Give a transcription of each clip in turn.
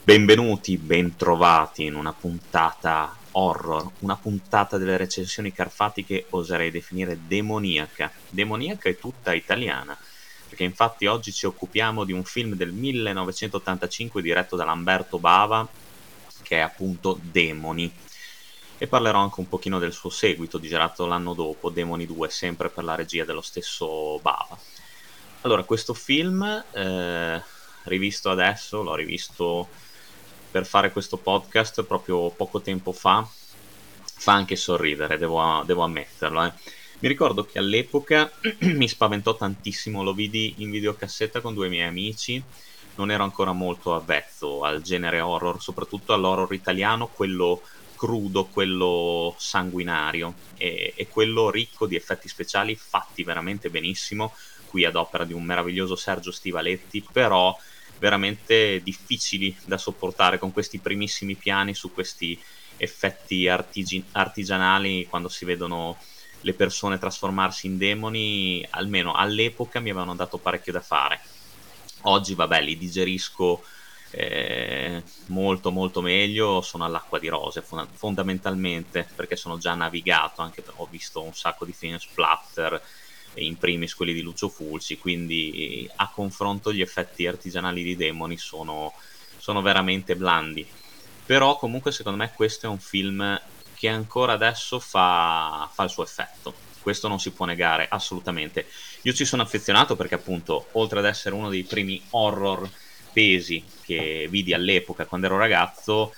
Benvenuti, bentrovati in una puntata horror, una puntata delle recensioni Carfati che oserei definire demoniaca. Demoniaca e tutta italiana, perché infatti oggi ci occupiamo di un film del 1985 diretto da Lamberto Bava, che è appunto Demoni. E parlerò anche un pochino del suo seguito, girato l'anno dopo, Demoni 2, sempre per la regia dello stesso Bava. Allora, questo film, rivisto adesso, l'ho rivisto per fare questo podcast proprio poco tempo fa, fa anche sorridere, devo ammetterlo. Mi ricordo che all'epoca mi spaventò tantissimo, lo vidi in videocassetta con due miei amici, non ero ancora molto avvezzo al genere horror, soprattutto all'horror italiano, quello crudo, quello sanguinario e quello ricco di effetti speciali fatti veramente benissimo, qui ad opera di un meraviglioso Sergio Stivaletti, però veramente difficili da sopportare con questi primissimi piani su questi effetti artigianali quando si vedono le persone trasformarsi in demoni. Almeno all'epoca mi avevano dato parecchio da fare. Oggi vabbè, li digerisco molto molto meglio, sono all'acqua di rose fondamentalmente, perché sono già navigato, anche ho visto un sacco di film splatter, in primis quelli di Lucio Fulci, quindi a confronto gli effetti artigianali di Demoni sono veramente blandi. Però comunque secondo me questo è un film che ancora adesso fa il suo effetto, questo non si può negare assolutamente. Io ci sono affezionato perché appunto, oltre ad essere uno dei primi horror pesi che vidi all'epoca quando ero ragazzo,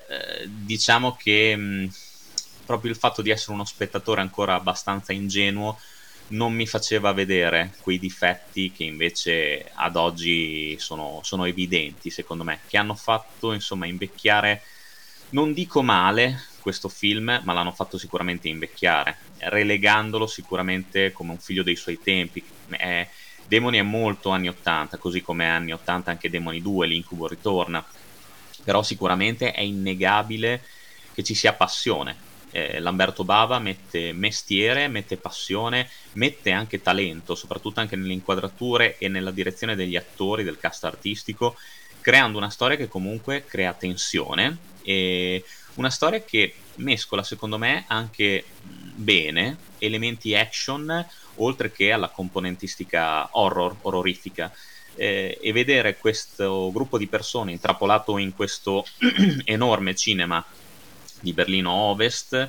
diciamo che proprio il fatto di essere uno spettatore ancora abbastanza ingenuo non mi faceva vedere quei difetti che invece ad oggi sono evidenti, secondo me, che hanno fatto insomma invecchiare, non dico male questo film, ma l'hanno fatto sicuramente invecchiare, relegandolo sicuramente come un figlio dei suoi tempi. Demoni è molto anni 80, così come anni 80 anche Demoni 2, l'Incubo ritorna, però sicuramente è innegabile che ci sia passione. Lamberto Bava mette mestiere, mette passione, mette anche talento, soprattutto anche nelle inquadrature e nella direzione degli attori, del cast artistico, creando una storia che comunque crea tensione, e una storia che mescola secondo me anche bene elementi action oltre che alla componentistica horrorifica, e vedere questo gruppo di persone intrappolato in questo enorme cinema di Berlino Ovest,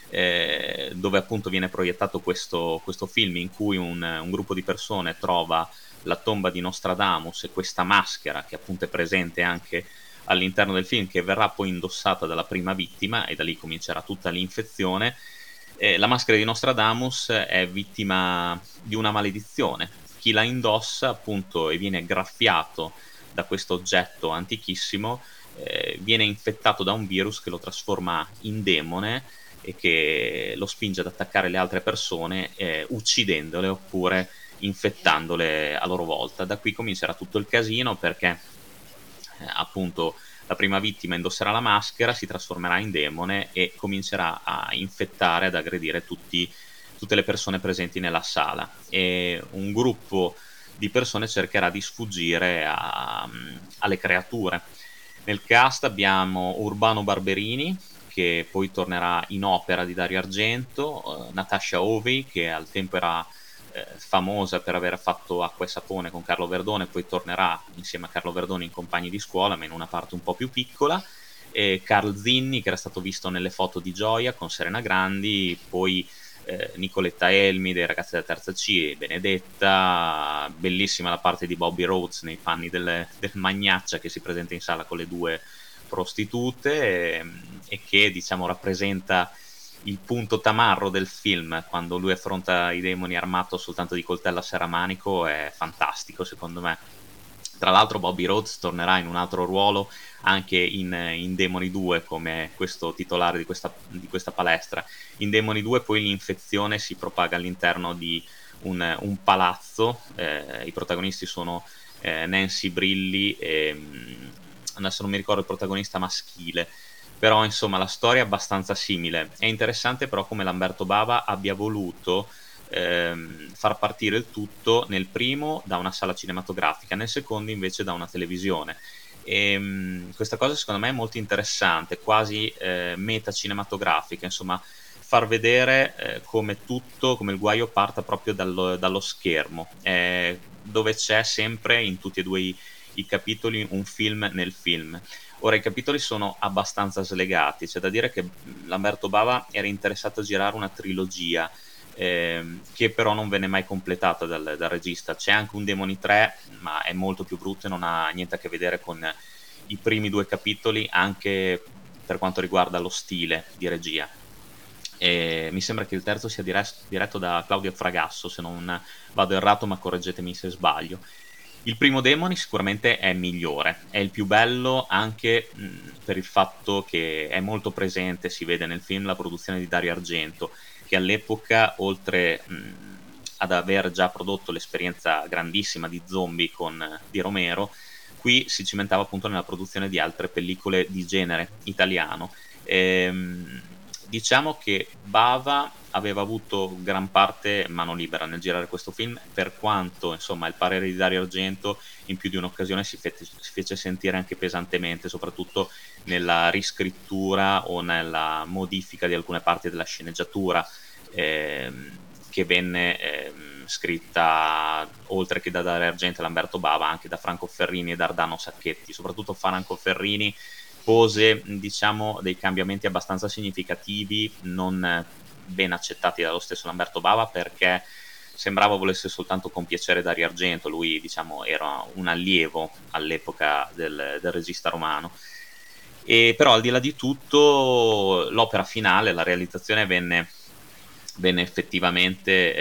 dove appunto viene proiettato questo film in cui un gruppo di persone trova la tomba di Nostradamus e questa maschera che appunto è presente anche all'interno del film, che verrà poi indossata dalla prima vittima e da lì comincerà tutta l'infezione. La maschera di Nostradamus è vittima di una maledizione. Chi la indossa appunto e viene graffiato da questo oggetto antichissimo viene infettato da un virus che lo trasforma in demone e che lo spinge ad attaccare le altre persone, uccidendole oppure infettandole a loro volta. Da qui comincerà tutto il casino, perché appunto la prima vittima indosserà la maschera, si trasformerà in demone e comincerà a infettare, ad aggredire tutte le persone presenti nella sala, e un gruppo di persone cercherà di sfuggire alle creature. Nel cast abbiamo Urbano Barberini, che poi tornerà in Opera di Dario Argento, Natasha Ovey, che al tempo era famosa per aver fatto Acqua e Sapone con Carlo Verdone, poi tornerà insieme a Carlo Verdone in Compagni di scuola, ma in una parte un po' più piccola, e Carl Zinni, che era stato visto nelle Foto di Gioia con Serena Grandi, poi Nicoletta Elmi dei Ragazzi della Terza C e Benedetta, bellissima la parte di Bobby Rhodes nei panni del magnaccia che si presenta in sala con le due prostitute, e che diciamo rappresenta il punto tamarro del film, quando lui affronta i demoni armato soltanto di coltello a serramanico. È fantastico secondo me. Tra l'altro Bobby Rhodes tornerà in un altro ruolo anche in Demoni 2 come questo titolare di questa palestra. In Demoni 2 poi l'infezione si propaga all'interno di un palazzo, i protagonisti sono Nancy Brilli e adesso non mi ricordo il protagonista maschile, però insomma la storia è abbastanza simile. È interessante però come Lamberto Bava abbia voluto far partire il tutto nel primo da una sala cinematografica, nel secondo invece da una televisione, Questa cosa secondo me è molto interessante, quasi metacinematografica, insomma, far vedere come tutto, come il guaio parta proprio dallo schermo, dove c'è sempre in tutti e due i capitoli un film nel film. Ora, i capitoli sono abbastanza slegati, c'è da dire che Lamberto Bava era interessato a girare una trilogia, che però non venne mai completata dal regista. C'è anche un Demoni 3, ma è molto più brutto e non ha niente a che vedere con i primi due capitoli, anche per quanto riguarda lo stile di regia. Mi sembra che il terzo sia diretto da Claudio Fragasso, se non vado errato, ma correggetemi se sbaglio. Il primo Demoni sicuramente è migliore, è il più bello anche per il fatto che è molto presente, si vede nel film, la produzione di Dario Argento, che all'epoca, oltre ad aver già prodotto l'esperienza grandissima di Zombie di Romero, qui si cimentava appunto nella produzione di altre pellicole di genere italiano. Diciamo che Bava aveva avuto gran parte mano libera nel girare questo film, per quanto insomma il parere di Dario Argento in più di un'occasione si fece sentire anche pesantemente, soprattutto nella riscrittura o nella modifica di alcune parti della sceneggiatura, che venne scritta, oltre che da Dario Argento e Lamberto Bava, anche da Franco Ferrini e da Ardano Sacchetti. Soprattutto Franco Ferrini pose, diciamo, dei cambiamenti abbastanza significativi, non ben accettati dallo stesso Lamberto Bava, perché sembrava volesse soltanto compiacere Dario Argento. Lui, diciamo, era un allievo all'epoca del regista romano. Però al di là di tutto, l'opera finale, la realizzazione venne effettivamente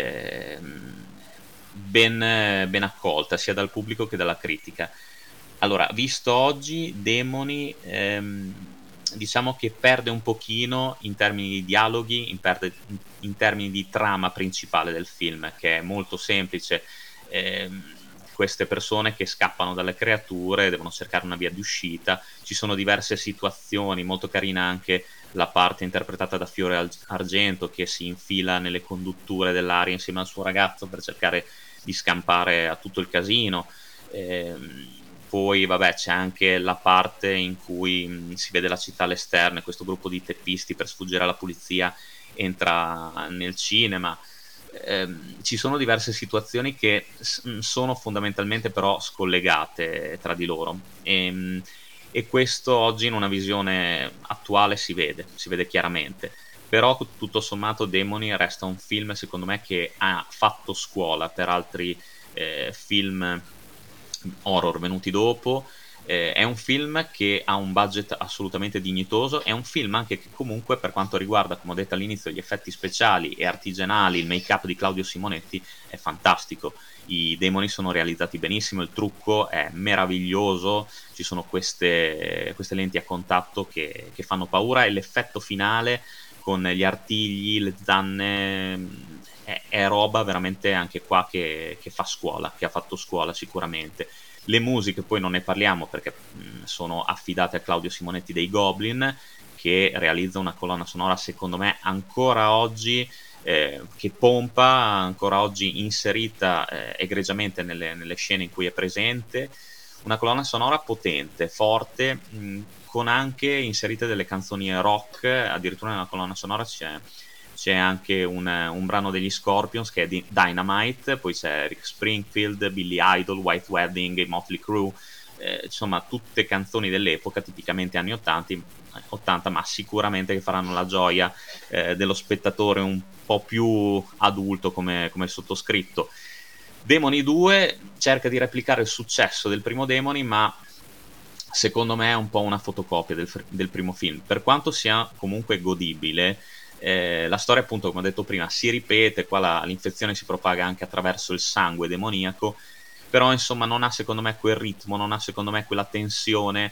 ben accolta sia dal pubblico che dalla critica. Allora, visto oggi, Demoni diciamo che perde un pochino in termini di dialoghi, in termini di trama principale del film, che è molto semplice. Queste persone che scappano dalle creature devono cercare una via di uscita. Ci sono diverse situazioni, molto carina anche la parte interpretata da Fiore Argento, che si infila nelle condutture dell'aria insieme al suo ragazzo per cercare di scampare a tutto il casino. Poi vabbè, c'è anche la parte in cui si vede la città all'esterno e questo gruppo di teppisti, per sfuggire alla polizia, entra nel cinema. Ci sono diverse situazioni che sono fondamentalmente però scollegate tra di loro, e questo oggi in una visione attuale si vede chiaramente. Però tutto sommato Demoni resta un film, secondo me, che ha fatto scuola per altri film horror venuti dopo. È un film che ha un budget assolutamente dignitoso, è un film anche che comunque, per quanto riguarda, come ho detto all'inizio, gli effetti speciali e artigianali, il make-up di Claudio Simonetti è fantastico. I demoni sono realizzati benissimo, il trucco è meraviglioso, ci sono queste lenti a contatto che fanno paura, e l'effetto finale con gli artigli, le zanne, è roba veramente anche qua che fa scuola, che ha fatto scuola sicuramente. Le musiche poi non ne parliamo, perché sono affidate a Claudio Simonetti dei Goblin, che realizza una colonna sonora secondo me ancora oggi che pompa, ancora oggi inserita egregiamente nelle scene in cui è presente. Una colonna sonora potente, forte, con anche inserite delle canzoni rock. Addirittura nella colonna sonora c'è anche un brano degli Scorpions, che è di Dynamite, poi c'è Rick Springfield, Billy Idol, White Wedding e Motley Crue, insomma tutte canzoni dell'epoca, tipicamente anni 80, ma sicuramente che faranno la gioia dello spettatore un po' più adulto come il sottoscritto. Demoni 2 cerca di replicare il successo del primo Demoni, ma secondo me è un po' una fotocopia del primo film, per quanto sia comunque godibile. La storia, appunto, come ho detto prima, si ripete, qua l'infezione si propaga anche attraverso il sangue demoniaco, però insomma non ha secondo me quel ritmo, non ha secondo me quella tensione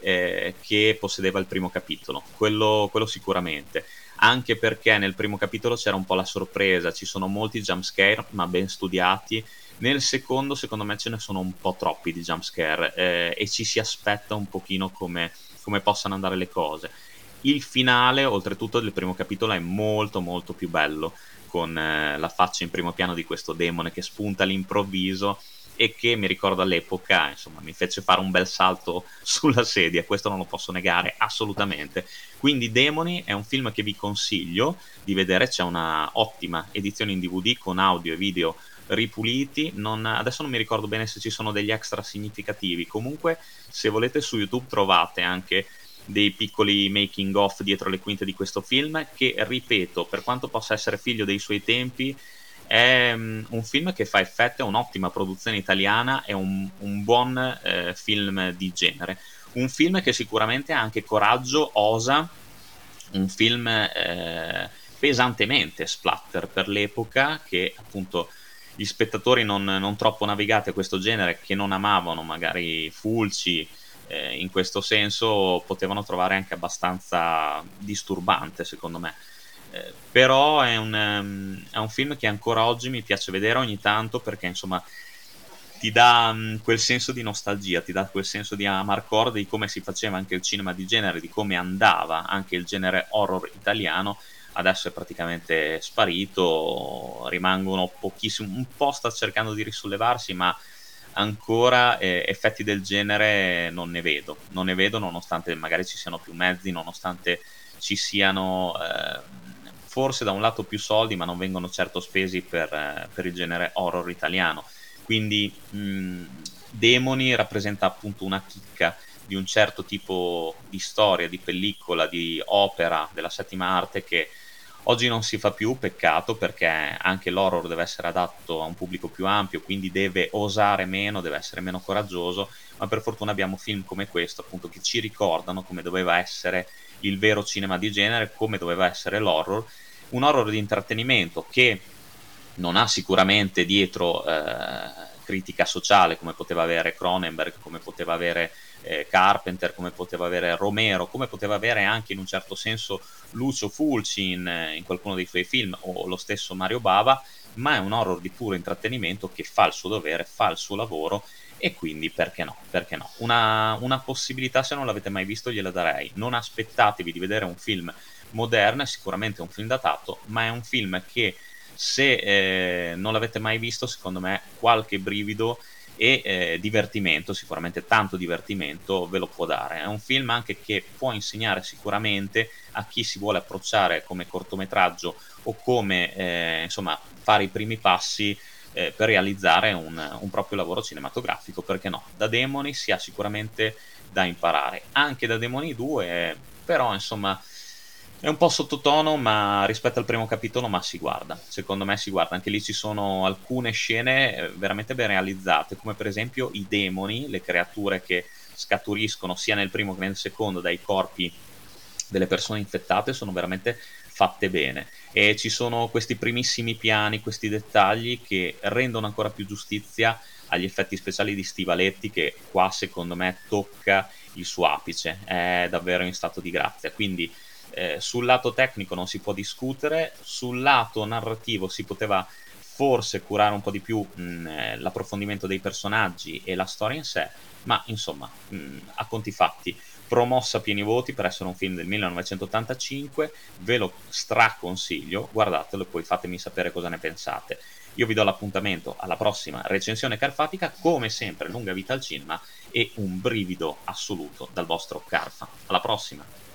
che possedeva il primo capitolo, quello sicuramente, anche perché nel primo capitolo c'era un po' la sorpresa, ci sono molti jumpscare ma ben studiati. Nel secondo, secondo me, ce ne sono un po' troppi di jumpscare, e ci si aspetta un pochino come possano andare le cose. Il finale, oltretutto, del primo capitolo è molto molto più bello, con la faccia in primo piano di questo demone che spunta all'improvviso e che mi ricordo all'epoca, insomma, mi fece fare un bel salto sulla sedia, questo non lo posso negare assolutamente. Quindi Demoni è un film che vi consiglio di vedere, c'è una ottima edizione in DVD con audio e video ripuliti, adesso non mi ricordo bene se ci sono degli extra significativi, comunque se volete su YouTube trovate anche dei piccoli making of dietro le quinte di questo film che, ripeto, per quanto possa essere figlio dei suoi tempi, è un film che fa effetto, è un'ottima produzione italiana, è un buon film di genere, un film che sicuramente ha anche coraggio, osa, un film pesantemente splatter per l'epoca, che appunto gli spettatori non troppo navigati a questo genere, che non amavano magari Fulci in questo senso, potevano trovare anche abbastanza disturbante, secondo me. Però è un film che ancora oggi mi piace vedere ogni tanto, perché insomma ti dà quel senso di nostalgia, ti dà quel senso di amarcord di come si faceva anche il cinema di genere, di come andava anche il genere horror italiano. Adesso è praticamente sparito, rimangono pochissimi, un po' sta cercando di risollevarsi, ma ancora effetti del genere non ne vedo nonostante magari ci siano più mezzi, nonostante ci siano forse da un lato più soldi, ma non vengono certo spesi per il genere horror italiano. Quindi Demoni rappresenta appunto una chicca di un certo tipo di storia, di pellicola, di opera della settima arte che oggi non si fa più, peccato, perché anche l'horror deve essere adatto a un pubblico più ampio, quindi deve osare meno, deve essere meno coraggioso, ma per fortuna abbiamo film come questo, appunto, che ci ricordano come doveva essere il vero cinema di genere, come doveva essere l'horror, un horror di intrattenimento che non ha sicuramente dietro critica sociale come poteva avere Cronenberg, come poteva avere Carpenter, come poteva avere Romero, come poteva avere anche in un certo senso Lucio Fulci in qualcuno dei suoi film, o lo stesso Mario Bava, ma è un horror di puro intrattenimento che fa il suo dovere, fa il suo lavoro, e quindi perché no? Perché no? Una possibilità, se non l'avete mai visto, gliela darei. Non aspettatevi di vedere un film moderno, è sicuramente un film datato, ma è un film che, se non l'avete mai visto, secondo me qualche brivido e divertimento, sicuramente tanto divertimento, ve lo può dare. È un film anche che può insegnare sicuramente a chi si vuole approcciare come cortometraggio o come insomma fare i primi passi per realizzare un proprio lavoro cinematografico, perché no? Da Demoni si ha sicuramente da imparare, anche da Demoni 2, però insomma è un po' sottotono, ma rispetto al primo capitolo, ma si guarda. Secondo me si guarda. Anche lì ci sono alcune scene veramente ben realizzate, come per esempio i demoni, le creature che scaturiscono sia nel primo che nel secondo dai corpi delle persone infettate, sono veramente fatte bene. E ci sono questi primissimi piani, questi dettagli che rendono ancora più giustizia agli effetti speciali di Stivaletti, che qua secondo me tocca il suo apice, è davvero in stato di grazia. Quindi sul lato tecnico non si può discutere, sul lato narrativo si poteva forse curare un po' di più l'approfondimento dei personaggi e la storia in sé, ma insomma, a conti fatti, promossa a pieni voti per essere un film del 1985, ve lo straconsiglio, guardatelo e poi fatemi sapere cosa ne pensate. Io vi do l'appuntamento alla prossima recensione carfatica, come sempre lunga vita al cinema e un brivido assoluto dal vostro Carfa. Alla prossima!